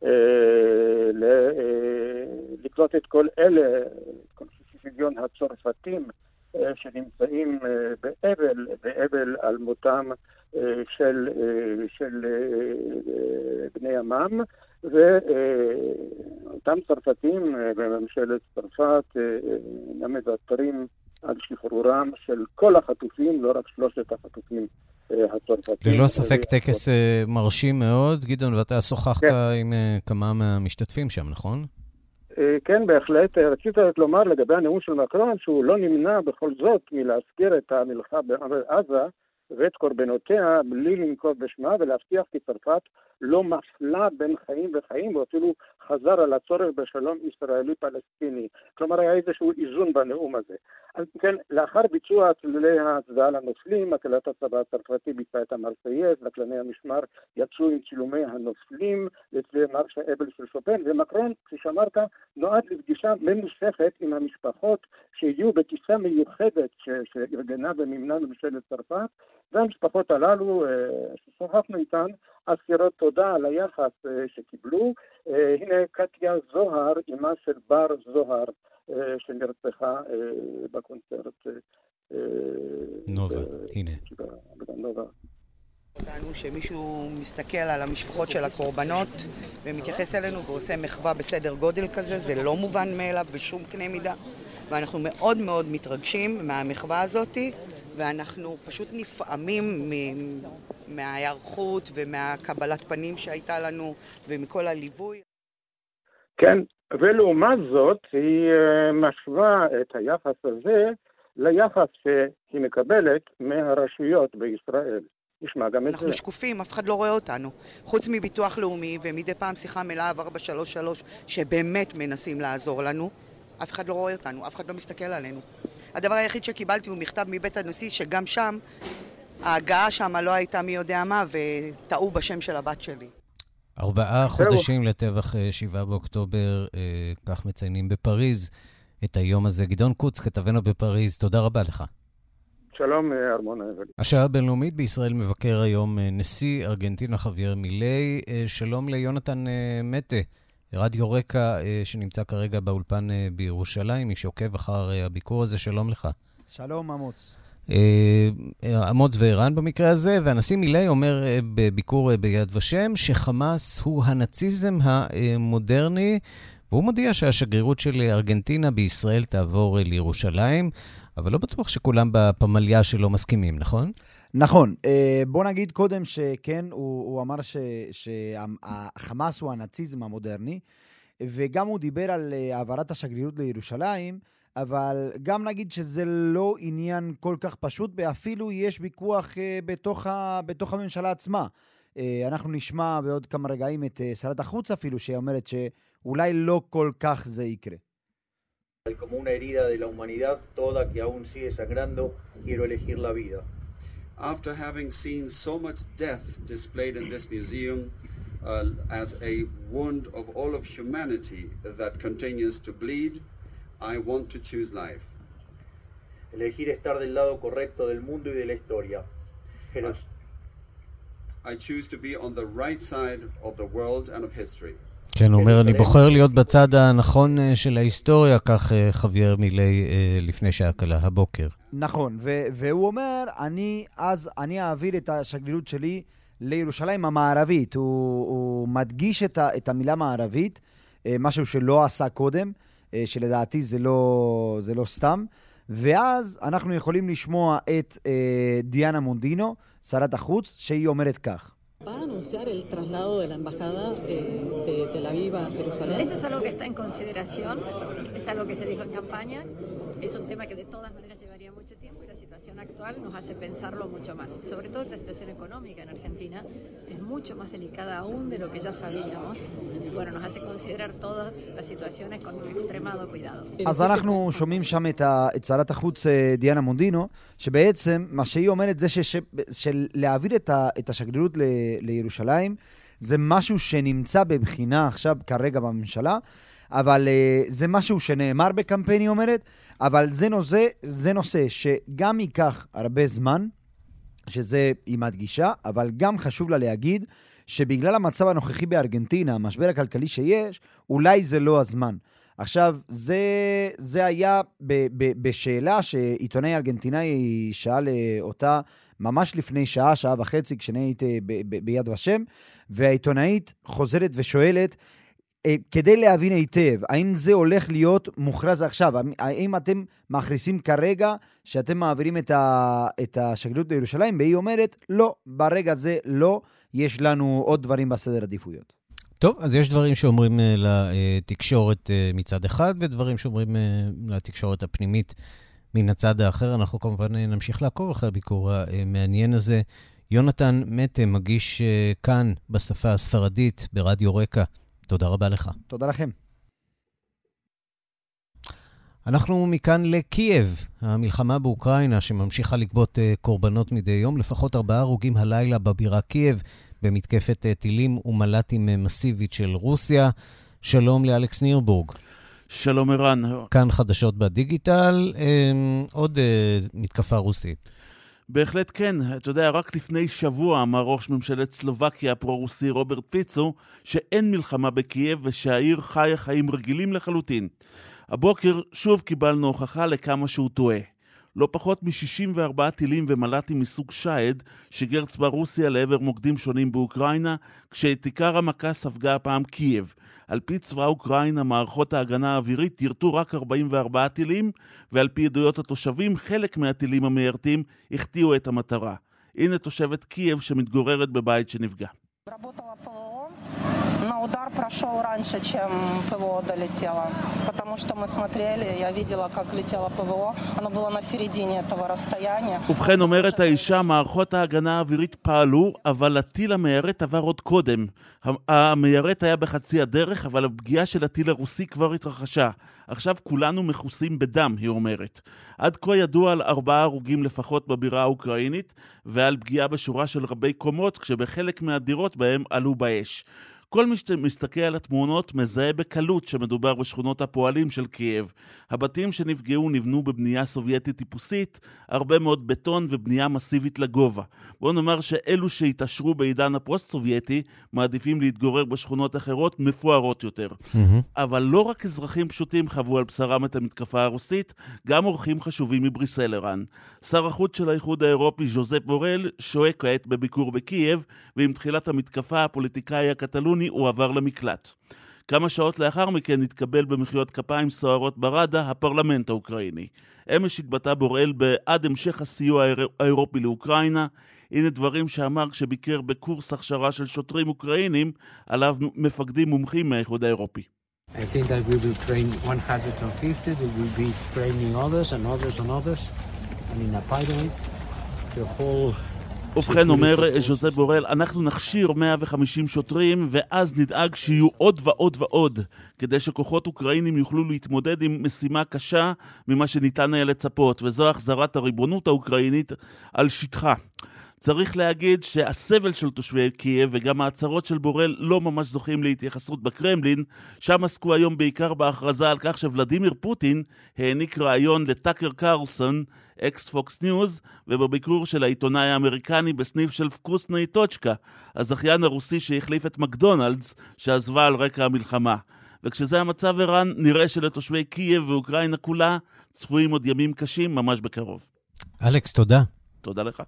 לקלוט את כל אלה, כל שוויון הצרפתים שנמצאים באבל, באבל על מותם של, של בני עמם, ואותם צרפתים בממשלת צרפת אינם מוותרים על שחרורם של כל החטופים, לא רק שלושת החטופים הצרפתים. ללא ספק טקס מרשים מאוד, גדעון, ואתה שוחחת עם כמה מהמשתתפים שם, נכון? כן, בהחלט. רציתי לומר לגבי הנאום של מקרון, שהוא לא נמנע בכל זאת מלהזכיר את המלחמה בעזה ואת קורבנותיה בלי לנקוב בשמה, ולהבטיח כי צרפת לא מפלה בין חיים וחיים, ואפילו חזר על הצורך בשלום ישראלי-פלסטיני. כלומר, היה איזשהו איזון בנאום הזה. אז כן, לאחר ביצוע צלילי ההצדעה לנופלים, הקהלת הצבא הצרפתי ביצעה את המרסייז, וכלני המשמר יצאו עם צילומי הנופלים לצלילי מרש האבל של שופן, ומקרון, כפי שאמרת, נועד לפגישה ממושכת עם המשפחות שיהיו בטיסה מיוחדת שארגנה במימנה ממשלת צרפת, והמשפחות הללו ששוחחנו איתן אסירות תודה על היחס שקיבלו. הנה קטיה זוהר, אמה של בר זוהר, שנרצחה בקונצרט נובה. הנה נובה. אותנו שמישהו מסתכל על המשפחות של הקורבנות ומתייחס אלינו ועושה מחווה בסדר גודל כזה, זה לא מובן מאליו בשום קנה מידה, ואנחנו מאוד מאוד מתרגשים מהמחווה הזאת, ואנחנו פשוט נפעמים מההיערכות ומהקבלת פנים שהייתה לנו ומכל הליווי. כן, ולעומת זאת היא משווה את היחס הזה ליחס שהיא מקבלת מהרשויות בישראל. נשמע גם את זה. אנחנו שקופים, אף אחד לא רואה אותנו. חוץ מביטוח לאומי ומדי פעם שיחה מלהב ארבע שלוש שלוש שבאמת מנסים לעזור לנו, אף אחד לא רואה אותנו, אף אחד לא מסתכל עלינו. הדבר היחיד שקיבלתי הוא מכתב מבית הנשיא שגם שם, ההגעה שם לא הייתה מי יודע מה, וטעו בשם של הבת שלי. ארבעה חודשים לטבח שבעה באוקטובר, כך מציינים בפריז את היום הזה. גדעון קוץ, כתבנו בפריז, תודה רבה לך. שלום, ארמון האבלי. השעה הבינלאומית בישראל מבקר היום נשיא ארגנטינה חווייר מילי. שלום ליונתן מטה, רדיו רקע שנמצא כרגע באולפן בירושלים, מי שעוקב אחר הביקור הזה, שלום לך. שלום, אמוץ. אמוץ וערן במקרה הזה, והנשיא מילי אומר בביקור ביד ושם שחמאס הוא הנאציזם המודרני, והוא מודיע שהשגרירות של ארגנטינה בישראל תעבור לירושלים, אבל לא בטוח שכולם בפמליה שלו מסכימים, נכון? נכון. בוא נגיד קודם שכן, הוא, הוא אמר שהחמאס הוא הנאציזם המודרני, וגם הוא דיבר על העברת השגרירות לירושלים, אבל גם נגיד שזה לא עניין כל כך פשוט, ואפילו יש ויכוח בתוך, ה, בתוך הממשלה עצמה. אנחנו נשמע בעוד כמה רגעים את שרת החוץ אפילו, שאומרת שאולי לא כל כך זה יקרה. Como una herida de la humanidad toda que aún sigue sangrando, quiero elegir la vida. After having seen so much death displayed in this museum uh, as a wound of all of humanity that continues to bleed, I want to choose life. Elegir estar del lado correcto del mundo y de la historia. Genos- I choose to be on the right side of the world and of history. כן, הוא אומר, אני בוחר להיות בצד הנכון של ההיסטוריה, כך חווייר מילי לפני שעה קלה, הבוקר. נכון, והוא אומר, אני אז, אני אעביר את השגרירות שלי לירושלים המערבית. הוא מדגיש את המילה מערבית, משהו שלא עשה קודם, שלדעתי זה לא, זה לא סתם. ואז אנחנו יכולים לשמוע את דיאנה מונדינו, שרת החוץ, שהיא אומרת כך. ¿Va a anunciar el traslado de la embajada eh, de Tel Aviv a Jerusalén? Eso es algo que está en consideración, es algo que se dijo en campaña, es un tema que de todas maneras llevaría mucho tiempo y la situación actual nos hace pensarlo mucho más. Sobre todo que la situación económica en Argentina es mucho más delicada aún de lo que ya sabíamos. Bueno, nos hace considerar todas las situaciones con un extremado cuidado. אז אנחנו שומעים שם את שרת החוץ דיאנה מונדינו, שבעצם מה שהיא אומרת זה של להעביר את השגרירות לירושלים, זה משהו שנמצא בבחינה עכשיו כרגע בממשלה, אבל זה משהו שנאמר בקמפיין, היא אומרת, אבל זה נושא, זה נושא שגם ייקח הרבה זמן, שזה היא מדגישה, אבל גם חשוב לה להגיד שבגלל המצב הנוכחי בארגנטינה, המשבר הכלכלי שיש, אולי זה לא הזמן. עכשיו, זה, זה היה ב, ב, בשאלה שעיתונאי ארגנטינאי שאל אותה ממש לפני שעה, שעה וחצי, כשאני הייתי ב, ב, ביד ושם, והעיתונאית חוזרת ושואלת, כדי להבין היטב, האם זה הולך להיות מוכרז עכשיו? האם אתם מכריזים כרגע שאתם מעבירים את, ה, את השגרירות לירושלים? והיא אומרת, לא, ברגע זה לא, יש לנו עוד דברים בסדר עדיפויות. טוב, אז יש דברים שאומרים לתקשורת מצד אחד, ודברים שאומרים לתקשורת הפנימית מן הצד האחר. אנחנו כמובן נמשיך לעקוב אחרי הביקור המעניין הזה. יונתן מטה, מגיש כאן בשפה הספרדית ברדיו רקע. תודה רבה לך. תודה לכם. אנחנו מכאן לקייב, המלחמה באוקראינה שממשיכה לגבות קורבנות מדי יום, לפחות ארבעה הרוגים הלילה בבירה קייב, במתקפת טילים ומל"טים מסיבית של רוסיה. שלום לאלכס נירבורג. שלום ערן. כאן חדשות בדיגיטל, עוד מתקפה רוסית. בהחלט כן, אתה יודע, רק לפני שבוע אמר ראש ממשלת סלובקיה הפרו-רוסי רוברט פיצו שאין מלחמה בקייב ושהעיר חיה חיים רגילים לחלוטין. הבוקר שוב קיבלנו הוכחה לכמה שהוא טועה. לא פחות מ-שישים וארבעה טילים ומל"טים מסוג שייד שיגר צבא רוסיה לעבר מוקדים שונים באוקראינה, כשאת עיקר המכה ספגה הפעם קייב. על פי צבא אוקראינה, מערכות ההגנה האווירית ירתו רק ארבעים וארבעה טילים, ועל פי עדויות התושבים, חלק מהטילים המיירטים החטיאו את המטרה. הנה תושבת קייב שמתגוררת בבית שנפגע. Но удар прошел раньше, чем ПВО долетело, потому что мы смотрели, я видела, как летело ПВО, оно было на середине этого расстояния. ובכן אומרת האישה, מערכות ההגנה האווירית פעלו, אבל הטיל המיירט עבר עוד קודם. המיירט היה בחצי הדרך, אבל הפגיעה של הטיל הרוסי כבר התרחשה. עכשיו כולנו מכוסים בדם, היא אומרת. עד כה ידוע על ארבעה הרוגים לפחות בבירה האוקראינית, ועל פגיעה בשורה של רבי קומות, כשבחלק מהדירות בהם עלו באש. כל מי שמסתכל על התמונות מזהה בקלות שמדובר בשכונות הפועלים של קייב. הבתים שנפגעו נבנו בבנייה סובייטית טיפוסית, הרבה מאוד בטון ובנייה מסיבית לגובה. בואו נאמר שאלו שהתעשרו בעידן הפוסט-סובייטי מעדיפים להתגורר בשכונות אחרות מפוארות יותר. Mm-hmm. אבל לא רק אזרחים פשוטים חוו על בשרם את המתקפה הרוסית, גם אורחים חשובים מבריסל ערן. שר החוץ של האיחוד האירופי ז'וזפ בורל שוהה כעת בביקור בקייב, ועם תחילת המתקפה הפוליטיקאי הקטלוני הוא עבר למקלט. כמה שעות לאחר מכן התקבל במחיאות כפיים סוערות ברדה הפרלמנט האוקראיני. אמש התבטא בוראל בעד המשך הסיוע האירופי לאוקראינה. הנה דברים שאמר כשביקר בקורס הכשרה של שוטרים אוקראינים עליו מפקדים מומחים מהאיחוד האירופי. I think that we will train one hundred fifty, we will be training others and others and others, and in a pilot, the whole... ובכן אומר ז'וזפ בורל, אנחנו נכשיר מאה וחמישים שוטרים ואז נדאג שיהיו עוד ועוד ועוד כדי שכוחות אוקראינים יוכלו להתמודד עם משימה קשה ממה שניתן היה לצפות, וזו החזרת הריבונות האוקראינית על שטחה. צריך להגיד שהסבל של תושבי קייב וגם ההצהרות של בורל לא ממש זוכים להתייחסות בקרמלין. שם עסקו היום בעיקר בהכרזה על כך שוולדימיר פוטין העניק רעיון לטאקר קרלסון, אקס פוקס ניוז, ובביקור של העיתונאי האמריקני בסניף של פקוסנאי טוצ'קה, הזכיין הרוסי שהחליף את מקדונלדס שעזבה על רקע המלחמה. וכשזה המצב ערן, נראה שלתושבי קייב ואוקראינה כולה צפויים עוד ימים קשים ממש בקרוב. אלכס, תודה. תודה לך.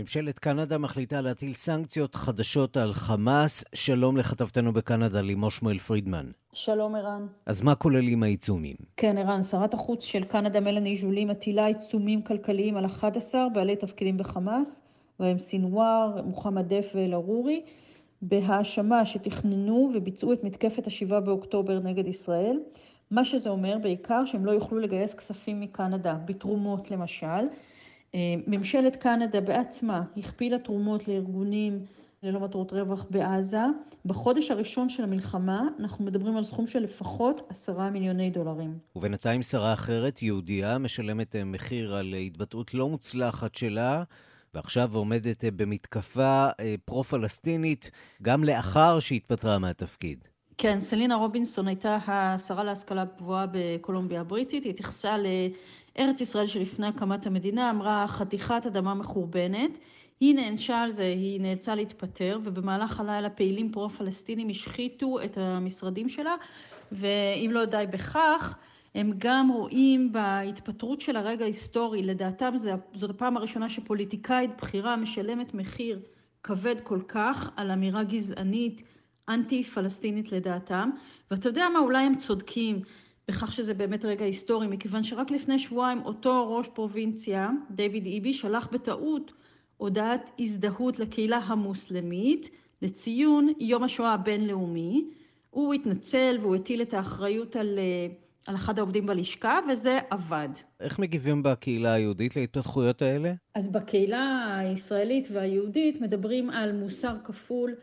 ממשלת קנדה מחליטה להטיל סנקציות חדשות על חמאס. שלום לכתבתנו בקנדה, לימור שמואל פרידמן. שלום ערן. אז מה כוללים העיצומים? כן ערן, שרת החוץ של קנדה מלאני ז'ולי מטילה עיצומים כלכליים על אחד עשר בעלי תפקידים בחמאס, והם סינואר, מוחמד דף ואל-ערורי, בהאשמה שתכננו וביצעו את מתקפת השבעה באוקטובר נגד ישראל. מה שזה אומר בעיקר שהם לא יוכלו לגייס כספים מקנדה, בתרומות למשל. ממשלת קנדה בעצמה הכפילה תרומות לארגונים ללא מטרות רווח בעזה. בחודש הראשון של המלחמה אנחנו מדברים על סכום של לפחות עשרה מיליוני דולרים. ובינתיים שרה אחרת, יהודייה, משלמת מחיר על התבטאות לא מוצלחת שלה, ועכשיו עומדת במתקפה פרו-פלסטינית גם לאחר שהתפטרה מהתפקיד. כן, סלינה רובינסון הייתה השרה להשכלה גבוהה בקולומביה הבריטית. היא התייחסה לארץ ישראל שלפני הקמת המדינה, אמרה חתיכת אדמה מחורבנת. היא נענשה על זה, היא נאלצה להתפטר, ובמהלך הלילה פעילים פרו-פלסטינים השחיתו את המשרדים שלה, ואם לא די בכך, הם גם רואים בהתפטרות של הרגע היסטורי, לדעתם זאת הפעם הראשונה שפוליטיקאית בחירה משלמת מחיר כבד כל כך על אמירה גזענית, אנטי-פלסטינית לדעתם, ואתה יודע מה, אולי הם צודקים בכך שזה באמת רגע היסטורי, מכיוון שרק לפני שבועיים אותו ראש פרובינציה, דיוויד איבי, שלח בטעות הודעת הזדהות לקהילה המוסלמית, לציון יום השואה הבינלאומי. הוא התנצל והוא הטיל את האחריות על, על אחד העובדים בלשכה, וזה עבד. איך מגיבים בקהילה היהודית להתפתחויות האלה? אז בקהילה הישראלית והיהודית מדברים על מוסר כפול.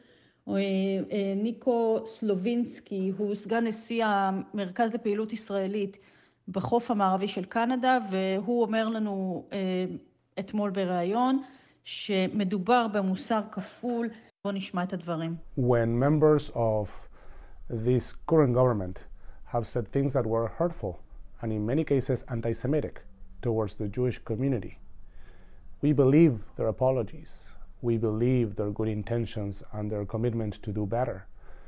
ניקו סלובינסקי הוא סגן נשיא המרכז לפעילות ישראלית בחוף המערבי של קנדה, והוא אומר לנו אתמול בראיון שמדובר במוסר כפול. בוא נשמע את הדברים. When members of this current government have said things that were hurtful and in many cases anti-Semitic towards the Jewish community, we believe their apologies. We believe their good intentions and their commitment to do better.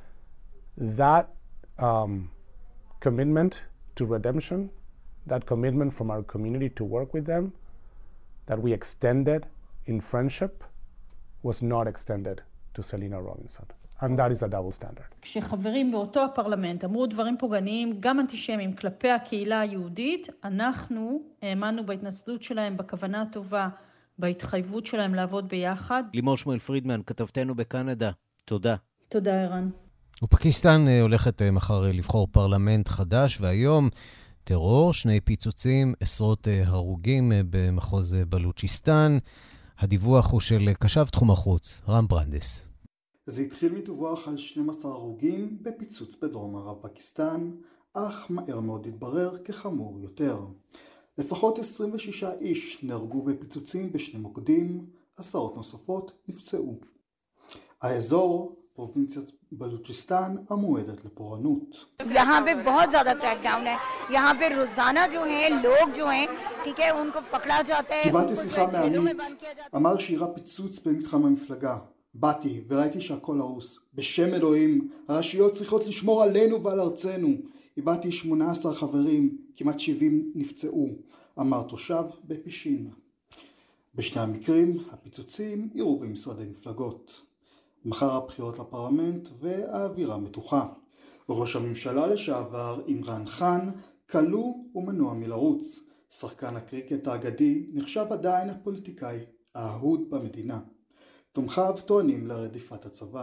That um, commitment to redemption, that commitment from our community to work with them, that we extended in friendship, was not extended to Selena Robinson. And that is a double standard. כשחברים באותו הפרלמנט אמרו דברים פוגעניים, גם אנטישמיים, כלפי הקהילה היהודית, אנחנו האמנו בהתנצלות שלהם, בכוונה הטובה, בהתחייבות שלהם לעבוד ביחד. לימור שמואל פרידמן, כתבתנו בקנדה. תודה. תודה, ערן. ופקיסטן הולכת מחר לבחור פרלמנט חדש, והיום טרור, שני פיצוצים, עשרות הרוגים במחוז בלוצ'יסטן. הדיווח הוא של קשב תחום החוץ, רם ברנדס. זה התחיל מדיווח על שנים עשר הרוגים בפיצוץ בדרום מערב פקיסטן, אך מהר מאוד התברר כחמור יותר. לפחות עשרים ושישה איש נהרגו בפיצוצים בשני מוקדים, עשרות נוספות נפצעו. האזור, פרובינציית בלוצ'יסטן, המועדת לפורענות. यहाँ पे बहुत ज़्यादा क्रैकडाउन है. यहाँ पे रोजाना जो हैं लोग जो हैं, ठीक है, उनको पकड़ा जाता है. קיבלתי שיחה מעמית, אמר שאירע פיצוץ במתחם המפלגה. באתי וראיתי שהכל הרוס. בשם אלוהים, הרשויות צריכות לשמור עלינו ועל ארצנו. איבדתי שמונה עשר חברים, כמעט שבעים נפצעו, אמר תושב בפישין. בשני המקרים, הפיצוצים אירעו במשרדי מפלגות. מחר הבחירות לפרלמנט והאווירה מתוחה. ראש הממשלה לשעבר, אימרן חאן, כלוא ומנוע מלרוץ. שחקן הקריקט האגדי נחשב עדיין הפוליטיקאי האהוד במדינה. תומכיו טוענים לרדיפת הצבא.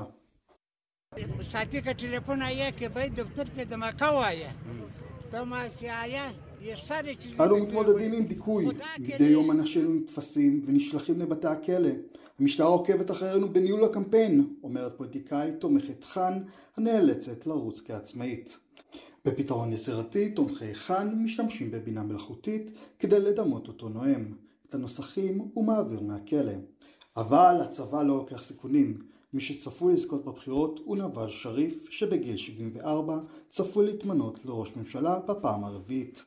साथी का टेलीफोन आया कि भाई दफ्तर पे धमाका हुआ है तो मैं से आया ये सारी चीजें אנו מתמודדים עם דיכוי. מדי יום אנשינו נתפסים ונשלחים לבתי הכלא. המשטרה עוקבת אחרינו בניהול הקמפיין, אומרת פוליטיקאי תומכת חאן הנאלצת לרוץ כעצמאית. בפתרון יצירתי, תומכי חאן משתמשים בבינה מלאכותית כדי לדמות אותו נואם. את הנוסחים הוא מעביר מהכלא. אבל הצבא לא לוקח סיכונים. מי שצפוי לזכות בבחירות הוא נווז שריף, שבגיל שבעים וארבע צפוי להתמנות לראש ממשלה בפעם הרביעית.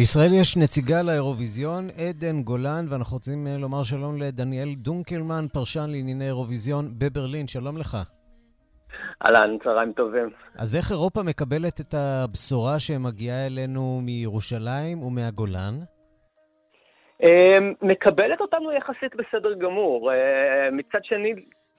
לישראל יש נציגה לאירוויזיון, עדן גולן, ואנחנו רוצים לומר שלום לדניאל דונקלמן, פרשן לענייני אירוויזיון בברלין. שלום לך. אהלן, צהריים טובים. אז איך אירופה מקבלת את הבשורה שמגיעה אלינו מירושלים ומהגולן? מקבלת אותנו יחסית בסדר גמור. מצד שני,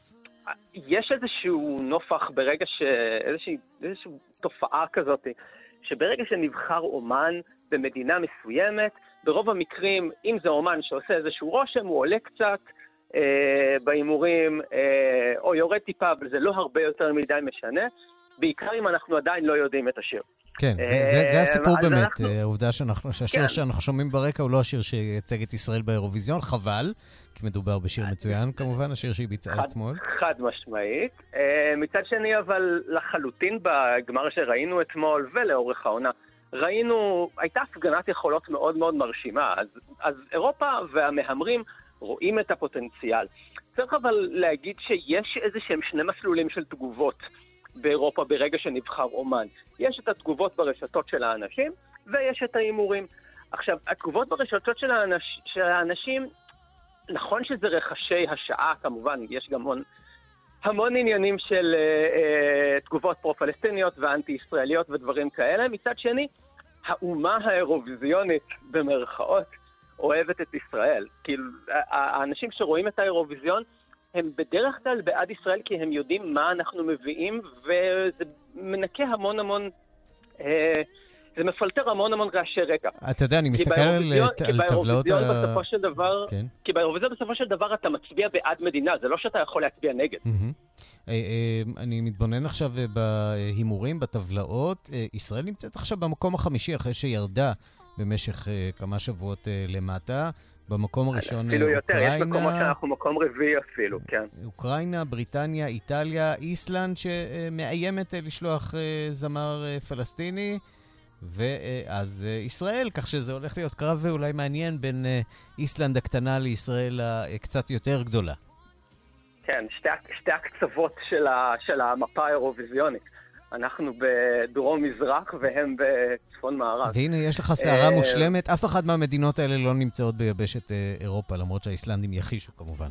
יש איזשהו נופח ברגע ש... איזושהי, איזושהי תופעה כזאת, שברגע שנבחר אומן במדינה מסוימת, ברוב המקרים, אם זה אומן שעושה איזשהו רושם, הוא עולה קצת אה, באימורים, אה, או יורד טיפה, אבל זה לא הרבה יותר מדי משנה, בעיקר אם אנחנו עדיין לא יודעים את השיר. כן, זה, זה, זה הסיפור באמת, אנחנו... העובדה שאנחנו, שהשיר כן. שאנחנו שומעים ברקע הוא לא השיר שייצג את ישראל באירוויזיון, חבל, כי מדובר בשיר מצוין כמובן, השיר שהיא ביצעה חד, אתמול. חד משמעית. מצד שני אבל לחלוטין בגמר שראינו אתמול ולאורך העונה, ראינו, הייתה הפגנת יכולות מאוד מאוד מרשימה, אז, אז אירופה והמהמרים רואים את הפוטנציאל. צריך אבל להגיד שיש איזה שהם שני מסלולים של תגובות באירופה ברגע שנבחר אומן. יש את התגובות ברשתות של האנשים, ויש את האימורים. עכשיו, התגובות ברשתות של, האנש, של האנשים, נכון שזה רחשי השעה, כמובן, יש גם המון, המון עניינים של uh, uh, תגובות פרו-פלסטיניות ואנטי-ישראליות ודברים כאלה. מצד שני, האומה האירוויזיונית, במרכאות, אוהבת את ישראל. כאילו, האנשים שרואים את האירוויזיון, הם בדרך כלל בעד ישראל כי הם יודעים מה אנחנו מביאים, וזה מנקה המון המון, אה, זה מפלטר המון המון רעשי רקע. אתה יודע, אני מסתכל על, על טבלאות... כי בסופו של דבר, כן. כי באירוויזיון בסופו של דבר אתה מצביע בעד מדינה, זה לא שאתה יכול להצביע נגד. Mm-hmm. אה, אה, אני מתבונן עכשיו בהימורים, בטבלאות. אה, ישראל נמצאת עכשיו במקום החמישי, אחרי שירדה במשך אה, כמה שבועות אה, למטה. במקום הראשון אפילו אוקראינה, יותר, יש מקומות שאנחנו מקום רביעי אפילו, כן. אוקראינה, בריטניה, איטליה, איסלנד שמאיימת לשלוח זמר פלסטיני, ואז ישראל, כך שזה הולך להיות קרב אולי מעניין בין איסלנד הקטנה לישראל הקצת יותר גדולה. כן, שתי, שתי הקצוות של, ה, של המפה האירוויזיונית. אנחנו בדרום-מזרח והם בצפון-מערב. והנה, יש לך שערה מושלמת. אף אחד מהמדינות האלה לא נמצאות ביבשת אירופה, למרות שהאיסלנדים יחישו כמובן.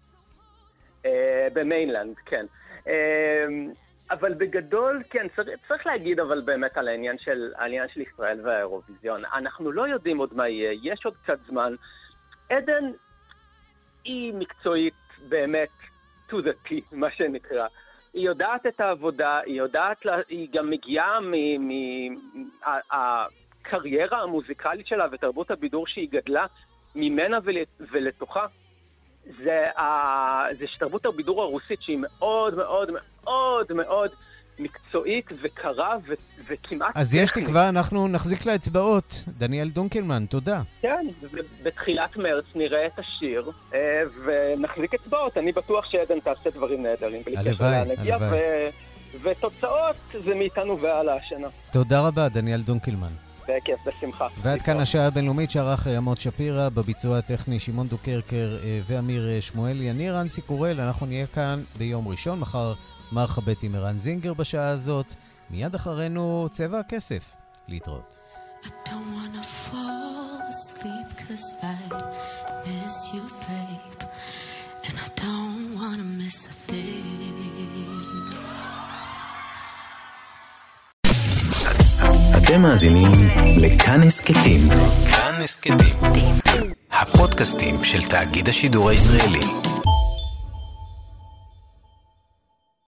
במיינלנד, כן. אבל בגדול, כן, צריך להגיד אבל באמת על העניין של, העניין של ישראל והאירוויזיון. אנחנו לא יודעים עוד מה יהיה, יש עוד קצת זמן. עדן היא מקצועית באמת to the T, מה שנקרא. היא יודעת את העבודה, היא יודעת, היא גם מגיעה מהקריירה המוזיקלית שלה ותרבות הבידור שהיא גדלה ממנה ולתוכה. זה, זה שתרבות הבידור הרוסית שהיא מאוד מאוד מאוד מאוד מקצועית וקרה ו, וכמעט... אז יש תקווה, אנחנו נחזיק לאצבעות. דניאל דונקלמן, תודה. כן, בתחילת מרץ נראה את השיר ונחזיק אצבעות. אני בטוח שעדן תעשה דברים נהדרים. הלוואי, הלוואי. ו... ותוצאות זה מאיתנו ועל השנה. תודה רבה, דניאל דונקלמן. בכיף, בשמחה. ועד כאן השעה הבינלאומית שערך עמוד שפירא, בביצוע הטכני שמעון דוקרקר ואמיר שמואלי. אני רנסי קורל, אנחנו נהיה כאן ביום ראשון, מחר מרחבת עם ערן זינגר בשעה הזאת. מיד אחרינו צבע הכסף. להתראות. I don't wanna fall asleep cause I miss you babe and I don't wanna miss a thing. אתם מאזינים לכאן הסקטים. כאן הסקטים. הפודקאסטים של תאגיד השידור הישראלי.